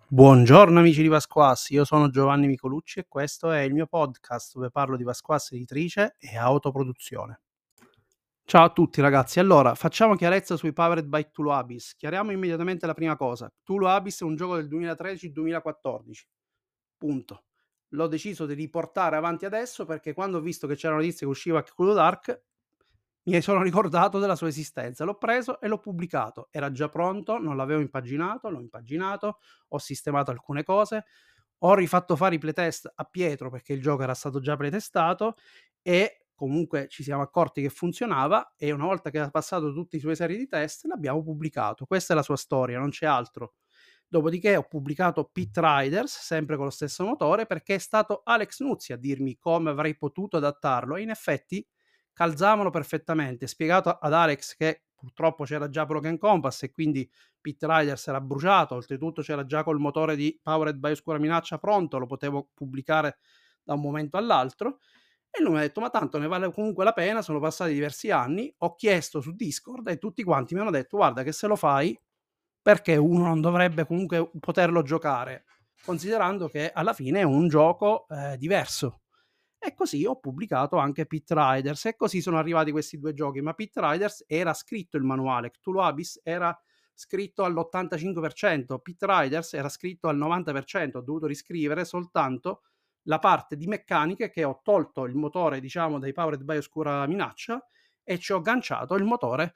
Buongiorno amici di Pasquassi, io sono Giovanni Micolucci e questo è il mio podcast dove parlo di Pasquassi editrice e autoproduzione. Ciao a tutti ragazzi, allora facciamo chiarezza sui Powered by Tulu Abyss. Chiariamo immediatamente la prima cosa. Tulu Abyss è un gioco del 2013-2014, punto. L'ho deciso di riportare avanti adesso perché quando ho visto che c'era una notizia che usciva Cthulhu Dark mi sono ricordato della sua esistenza, l'ho preso e l'ho pubblicato. Era già pronto, non l'avevo impaginato, l'ho impaginato, ho sistemato alcune cose, ho rifatto fare i playtest a Pietro perché il gioco era stato già playtestato e comunque ci siamo accorti che funzionava e una volta che ha passato tutti i suoi serie di test l'abbiamo pubblicato. Questa è la sua storia, non c'è altro. Dopodiché ho pubblicato Pit Riders, sempre con lo stesso motore, perché è stato Alex Nuzzi a dirmi come avrei potuto adattarlo e in effetti calzavano perfettamente. Spiegato ad Alex che purtroppo c'era già Broken Compass e quindi Pit Riders era bruciato, oltretutto c'era già col motore di Powered by Oscura Minaccia pronto, lo potevo pubblicare da un momento all'altro. E lui mi ha detto, ma tanto ne vale comunque la pena, sono passati diversi anni, ho chiesto su Discord e tutti quanti mi hanno detto, guarda che se lo fai, perché uno non dovrebbe comunque poterlo giocare, considerando che alla fine è un gioco diverso. E così ho pubblicato anche Pit Riders e così sono arrivati questi due giochi, ma Pit Riders era scritto il manuale, Cthulhu Abyss era scritto all'85%, Pit Riders era scritto al 90%, ho dovuto riscrivere soltanto la parte di meccaniche che ho tolto il motore, diciamo, dei Powered by Oscura Minaccia e ci ho agganciato il motore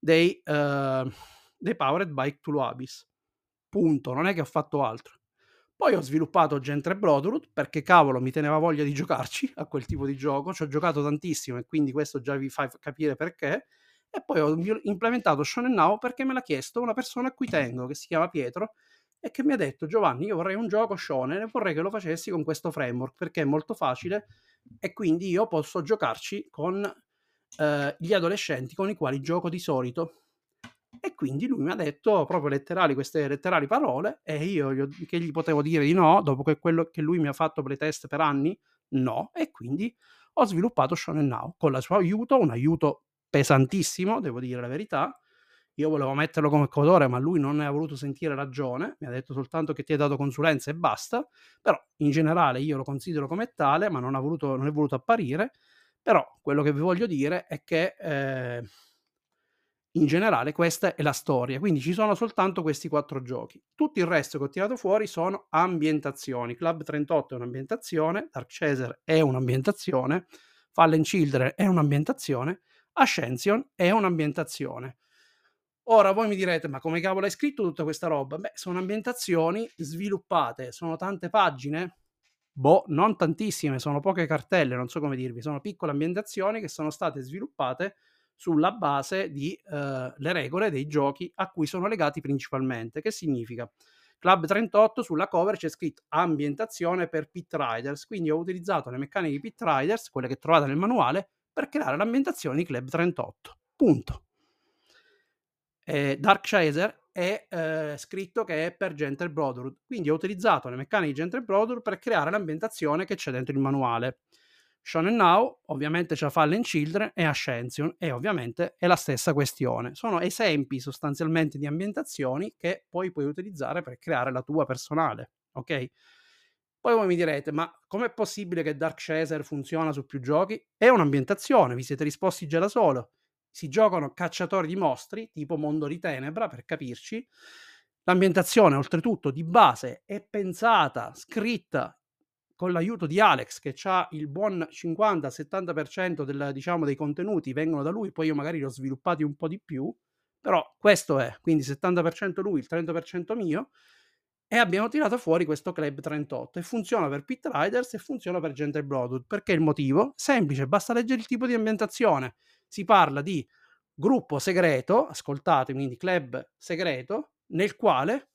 dei Powered by Cthulhu Abyss. Punto, non è che ho fatto altro. Poi ho sviluppato Gentry Brotherhood perché cavolo mi teneva voglia di giocarci a quel tipo di gioco, ci ho giocato tantissimo e quindi questo già vi fa capire perché. E poi ho implementato Shonen Now perché me l'ha chiesto una persona a cui tengo, che si chiama Pietro, e che mi ha detto Giovanni, io vorrei un gioco Shonen e vorrei che lo facessi con questo framework perché è molto facile e quindi io posso giocarci con gli adolescenti con i quali gioco di solito. E quindi lui mi ha detto proprio letterali, queste letterali parole, e io che gli potevo dire di no, dopo che quello che lui mi ha fatto playtest per anni, no, e quindi ho sviluppato Shonen Now con il suo aiuto, un aiuto pesantissimo, devo dire la verità. Io volevo metterlo come coautore, ma lui non ne ha voluto sentire ragione, mi ha detto soltanto che ti ha dato consulenza e basta, però in generale io lo considero come tale, ma non è voluto apparire, però quello che vi voglio dire è che in generale questa è la storia, quindi ci sono soltanto questi 4 giochi. Tutto il resto che ho tirato fuori sono ambientazioni. Club 38 è un'ambientazione, Dark Chaser è un'ambientazione, Fallen Children è un'ambientazione, Ascension è un'ambientazione. Ora voi mi direte, ma come cavolo hai scritto tutta questa roba? Beh, sono ambientazioni sviluppate, sono tante pagine? Boh, non tantissime, sono poche cartelle, non so come dirvi, sono piccole ambientazioni che sono state sviluppate sulla base di le regole dei giochi a cui sono legati principalmente. Che significa? Club 38 sulla cover c'è scritto ambientazione per Pit Riders, quindi ho utilizzato le meccaniche di Pit Riders, quelle che trovate nel manuale, per creare l'ambientazione di Club 38. Punto. Dark Chaser è scritto che è per Gentle Brotherhood, quindi ho utilizzato le meccaniche di Gentle Brotherhood per creare l'ambientazione che c'è dentro il manuale. Shonen Now ovviamente c'è Fallen Children e Ascension e ovviamente è la stessa questione. Sono esempi sostanzialmente di ambientazioni che poi puoi utilizzare per creare la tua personale, ok? Poi voi mi direte, ma com'è possibile che Dark Chaser funziona su più giochi? È un'ambientazione, vi siete risposti già da solo. Si giocano cacciatori di mostri, tipo Mondo di Tenebra, per capirci. L'ambientazione, oltretutto, di base è pensata, scritta con l'aiuto di Alex, che ha il buon 50-70% diciamo, dei contenuti vengono da lui, poi io magari li ho sviluppati un po' di più, però questo è, quindi 70% lui, il 30% mio, e abbiamo tirato fuori questo Club 38 e funziona per Pit Riders e funziona per Gentle Broadwood. Perché il motivo? Semplice, basta leggere il tipo di ambientazione. Si parla di gruppo segreto, ascoltate, quindi club segreto, nel quale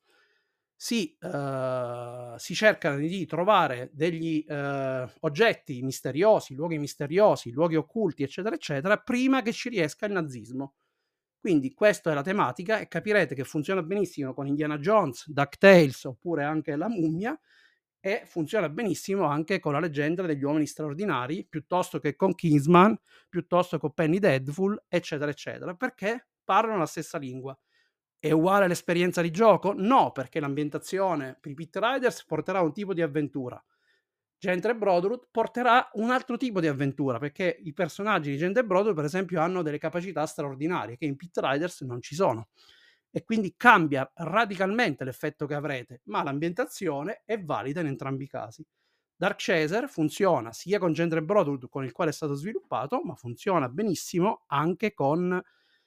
si cercano di trovare degli oggetti misteriosi, luoghi occulti, eccetera, eccetera, prima che ci riesca il nazismo. Quindi questa è la tematica e capirete che funziona benissimo con Indiana Jones, DuckTales oppure anche La Mummia e funziona benissimo anche con La leggenda degli uomini straordinari, piuttosto che con Kingsman, piuttosto che con Penny Dreadful, eccetera, eccetera, perché parlano la stessa lingua. È uguale all'esperienza di gioco? No, perché l'ambientazione per i Pit Riders porterà un tipo di avventura. Gentry Brotherhood porterà un altro tipo di avventura, perché i personaggi di Gentry Brotherhood, per esempio, hanno delle capacità straordinarie che in Pit Riders non ci sono. E quindi cambia radicalmente l'effetto che avrete, ma l'ambientazione è valida in entrambi i casi. Dark Chaser funziona sia con Gentry Brotherhood, con il quale è stato sviluppato, ma funziona benissimo anche con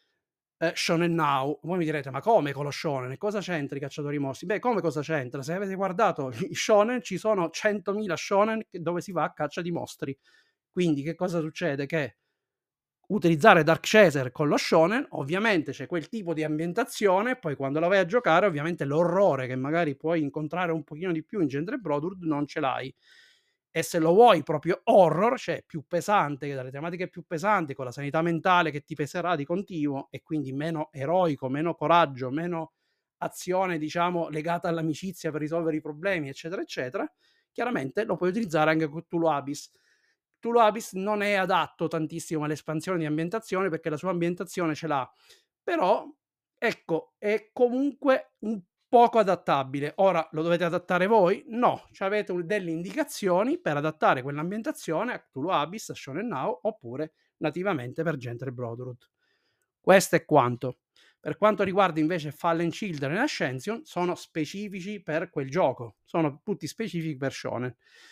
Shonen Now. Voi mi direte, ma come con lo shonen? E cosa c'entra i cacciatori mostri? Beh, come cosa c'entra? Se avete guardato i shonen, ci sono 100.000 shonen dove si va a caccia di mostri. Quindi che cosa succede? Che utilizzare Dark Chaser con lo shonen, ovviamente c'è quel tipo di ambientazione, poi quando la vai a giocare, ovviamente l'orrore che magari puoi incontrare un pochino di più in Gentry Brotherhood non ce l'hai. E se lo vuoi proprio horror, cioè più pesante, dalle tematiche più pesanti, con la sanità mentale che ti peserà di continuo e quindi meno eroico, meno coraggio, meno azione, diciamo, legata all'amicizia per risolvere i problemi, eccetera, eccetera, chiaramente lo puoi utilizzare anche con Cthulhu Abyss. Cthulhu Abyss non è adatto tantissimo all'espansione di ambientazione perché la sua ambientazione ce l'ha, però ecco, è comunque un poco adattabile. Ora lo dovete adattare voi? No, avete delle indicazioni per adattare quell'ambientazione a Cthulhu Abyss, a Shonen Now oppure nativamente per Gentry Brotherhood. Questo è quanto. Per quanto riguarda invece Fallen Children e Ascension, sono specifici per quel gioco, sono tutti specifici per Shonen.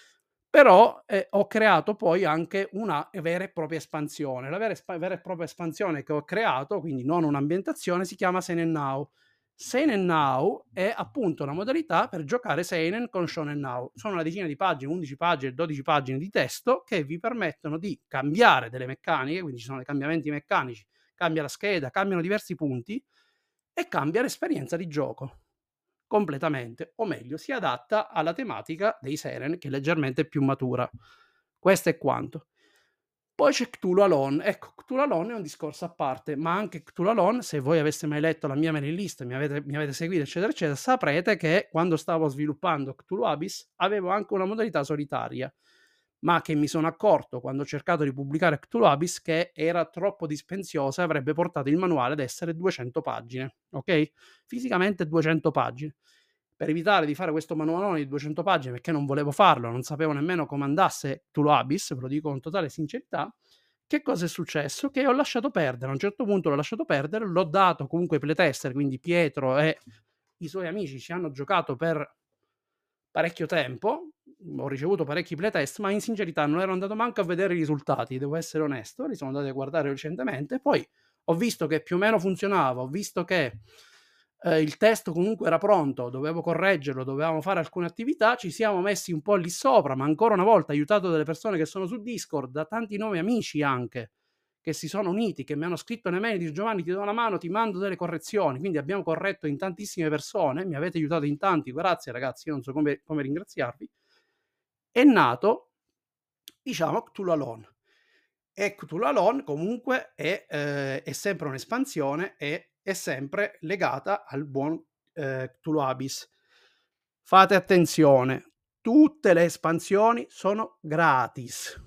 Però ho creato poi anche una vera e propria espansione. La vera e propria espansione che ho creato, quindi non un'ambientazione, si chiama Seinen Now. Seinen Now è appunto una modalità per giocare Seinen con Shonen Now. Sono una decina di pagine, 11 pagine, 12 pagine di testo che vi permettono di cambiare delle meccaniche, quindi ci sono dei cambiamenti meccanici, cambia la scheda, cambiano diversi punti e cambia l'esperienza di gioco completamente, o meglio, si adatta alla tematica dei Seren, che è leggermente più matura. Questo è quanto. Poi c'è Cthulhu Alone. Ecco, Cthulhu Alone è un discorso a parte, ma anche Cthulhu Alone, se voi aveste mai letto la mia mailing list, mi avete seguito, eccetera, eccetera, saprete che quando stavo sviluppando Cthulhu Abyss avevo anche una modalità solitaria, ma che mi sono accorto quando ho cercato di pubblicare Cthulhu Abyss che era troppo dispendiosa e avrebbe portato il manuale ad essere 200 pagine, ok? Fisicamente 200 pagine. Per evitare di fare questo manualone di 200 pagine, perché non volevo farlo, non sapevo nemmeno come andasse Cthulhu Abyss, ve lo dico con totale sincerità, che cosa è successo? Che ho lasciato perdere, a un certo punto l'ho lasciato perdere, l'ho dato comunque ai playtester, quindi Pietro e i suoi amici ci hanno giocato per parecchio tempo, ho ricevuto parecchi playtest, ma in sincerità non ero andato manco a vedere i risultati, devo essere onesto, li sono andati a guardare recentemente, poi ho visto che più o meno funzionava, ho visto che il testo comunque era pronto, dovevo correggerlo, dovevamo fare alcune attività, ci siamo messi un po' lì sopra, ma ancora una volta aiutato dalle persone che sono su Discord, da tanti nuovi amici anche, che si sono uniti, che mi hanno scritto nei mail di Giovanni ti do una mano, ti mando delle correzioni, quindi abbiamo corretto in tantissime persone, mi avete aiutato in tanti, grazie ragazzi, io non so come ringraziarvi, è nato, diciamo, Cthulhu Alone. E Cthulhu Alone comunque è sempre un'espansione e è sempre legata al buon Cthulhu Abyss. Fate attenzione, tutte le espansioni sono gratis.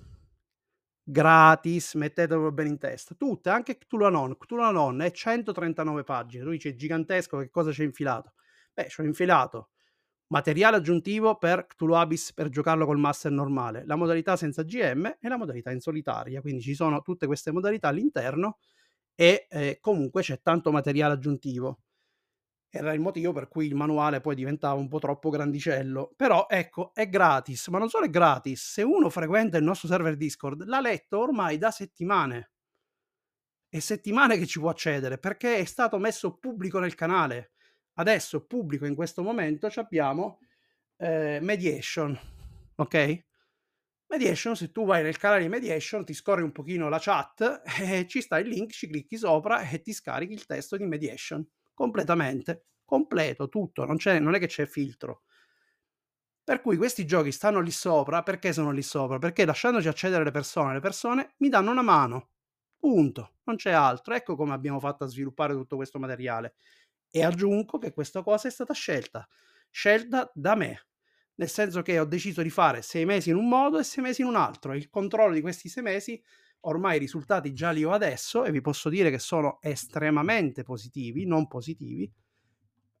Gratis, mettetelo bene in testa. Tutte, anche Cthulhu Alone. Cthulhu Alone è 139 pagine. Tu dici, è gigantesco, che cosa c'è infilato? Beh, c'ho infilato materiale aggiuntivo per Cthulhu Abyss per giocarlo col master normale, la modalità senza GM e la modalità in solitaria, quindi ci sono tutte queste modalità all'interno e comunque c'è tanto materiale aggiuntivo. Era il motivo per cui il manuale poi diventava un po' troppo grandicello, però ecco, è gratis, ma non solo è gratis, se uno frequenta il nostro server Discord l'ha letto ormai da settimane, è settimane che ci può accedere perché è stato messo pubblico nel canale. Adesso pubblico in questo momento abbiamo Mediation, ok? Mediation, se tu vai nel canale di Mediation, ti scorri un pochino la chat e ci sta il link, ci clicchi sopra e ti scarichi il testo di Mediation completamente, completo, tutto, non è che c'è filtro. Per cui questi giochi stanno lì sopra, perché sono lì sopra? Perché lasciandoci accedere le persone mi danno una mano, punto, non c'è altro. Ecco come abbiamo fatto a sviluppare tutto questo materiale. E aggiungo che questa cosa è stata scelta da me, nel senso che ho deciso di fare 6 mesi in un modo e 6 mesi in un altro. Il controllo di questi 6 mesi, ormai i risultati già li ho adesso e vi posso dire che sono estremamente positivi, non positivi,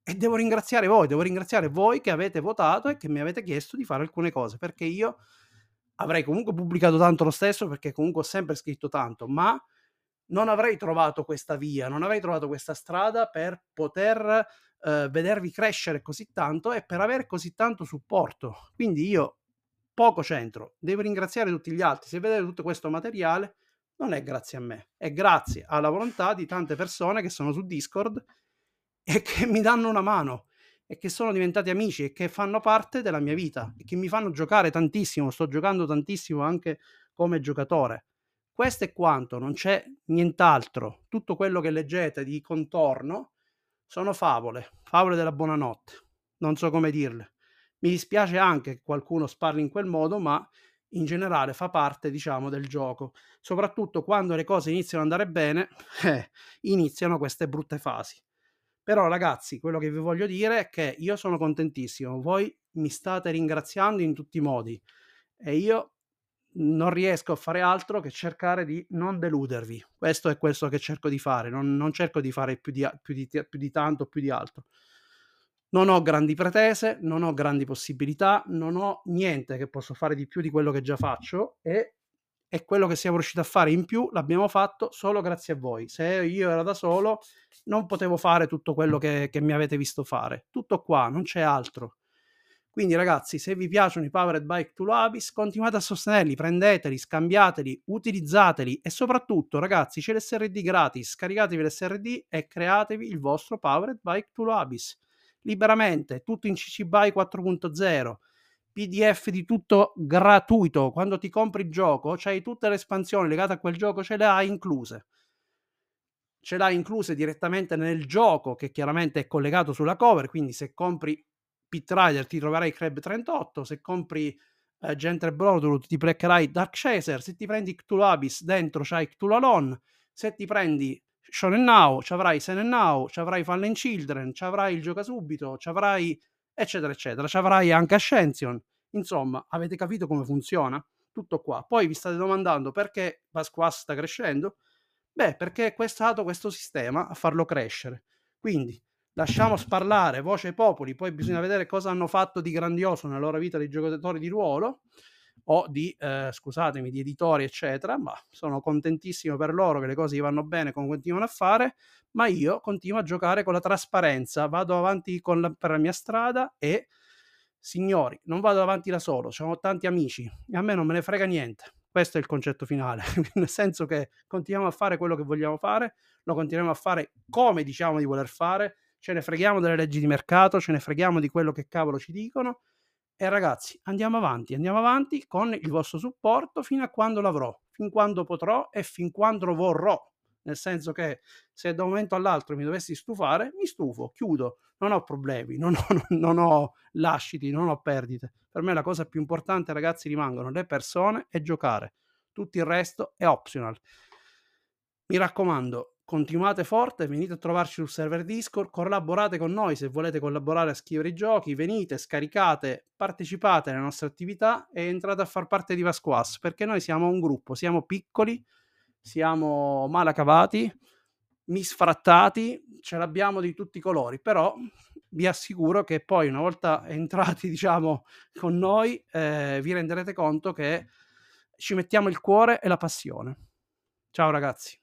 e devo ringraziare voi che avete votato e che mi avete chiesto di fare alcune cose, perché io avrei comunque pubblicato tanto lo stesso, perché comunque ho sempre scritto tanto, ma non avrei trovato questa via, non avrei trovato questa strada per poter vedervi crescere così tanto e per avere così tanto supporto. Quindi io poco c'entro, devo ringraziare tutti gli altri. Se vedete tutto questo materiale, non è grazie a me, è grazie alla volontà di tante persone che sono su Discord e che mi danno una mano e che sono diventati amici e che fanno parte della mia vita e che mi fanno giocare tantissimo. Sto giocando tantissimo anche come giocatore. Questo è quanto, non c'è nient'altro. Tutto quello che leggete di contorno sono favole, favole della buonanotte. Non so come dirle. Mi dispiace anche che qualcuno sparli in quel modo, ma in generale fa parte, diciamo, del gioco. Soprattutto quando le cose iniziano ad andare bene, iniziano queste brutte fasi. Però ragazzi, quello che vi voglio dire è che io sono contentissimo, voi mi state ringraziando in tutti i modi e io non riesco a fare altro che cercare di non deludervi. Questo è questo che cerco di fare, non cerco di fare più di tanto, più di altro. Non ho grandi pretese, non ho grandi possibilità, non ho niente che posso fare di più di quello che già faccio e quello che siamo riusciti a fare in più l'abbiamo fatto solo grazie a voi. Se io ero da solo non potevo fare tutto quello che mi avete visto fare. Tutto qua, non c'è altro. Quindi ragazzi, se vi piacciono i Powered by Cthulhu continuate a sostenerli, prendeteli, scambiateli, utilizzateli e soprattutto ragazzi c'è l'SRD gratis, scaricatevi l'SRD e createvi il vostro Powered by Cthulhu liberamente, tutto in CC BY 4.0, PDF di tutto gratuito. Quando ti compri il gioco c'hai tutte le espansioni legate a quel gioco, ce le hai incluse direttamente nel gioco, che chiaramente è collegato sulla cover, quindi se compri Pit Rider ti troverai Crab 38, se compri Gentle Brotherhood ti beccherai Dark Chaser, se ti prendi Cthulhu Abyss dentro c'hai Cthulhu Alone, se ti prendi Shonen Now c'avrai Senen Now, c'avrai Fallen Children, c'avrai il Gioca Subito, c'avrai eccetera eccetera, c'avrai anche Ascension. Insomma, avete capito come funziona? Tutto qua. Poi vi state domandando perché Vasquas sta crescendo? Beh, perché è stato questo sistema a farlo crescere. Quindi lasciamo sparlare voce popoli, poi bisogna vedere cosa hanno fatto di grandioso nella loro vita dei giocatori di ruolo o di, scusatemi, di editori, eccetera, ma sono contentissimo per loro che le cose gli vanno bene, come continuano a fare, ma io continuo a giocare con la trasparenza, vado avanti per la mia strada e, signori, non vado avanti da solo, ho tanti amici e a me non me ne frega niente. Questo è il concetto finale, nel senso che continuiamo a fare quello che vogliamo fare, lo continuiamo a fare come diciamo di voler fare, ce ne freghiamo delle leggi di mercato, ce ne freghiamo di quello che cavolo ci dicono e ragazzi andiamo avanti con il vostro supporto fino a quando l'avrò, fin quando potrò e fin quando vorrò. Nel senso che se da un momento all'altro mi dovessi stufare, mi stufo, chiudo, non ho problemi, non ho lasciti, non ho perdite. Per me la cosa più importante, ragazzi, rimangono le persone e giocare. Tutto il resto è optional. Mi raccomando, continuate forte, venite a trovarci sul server Discord, collaborate con noi se volete collaborare a scrivere i giochi, venite, scaricate, partecipate alle nostre attività e entrate a far parte di Vasquas, perché noi siamo un gruppo, siamo piccoli, siamo malacavati, misfrattati, ce l'abbiamo di tutti i colori, però vi assicuro che poi una volta entrati, diciamo, con noi, vi renderete conto che ci mettiamo il cuore e la passione. Ciao ragazzi.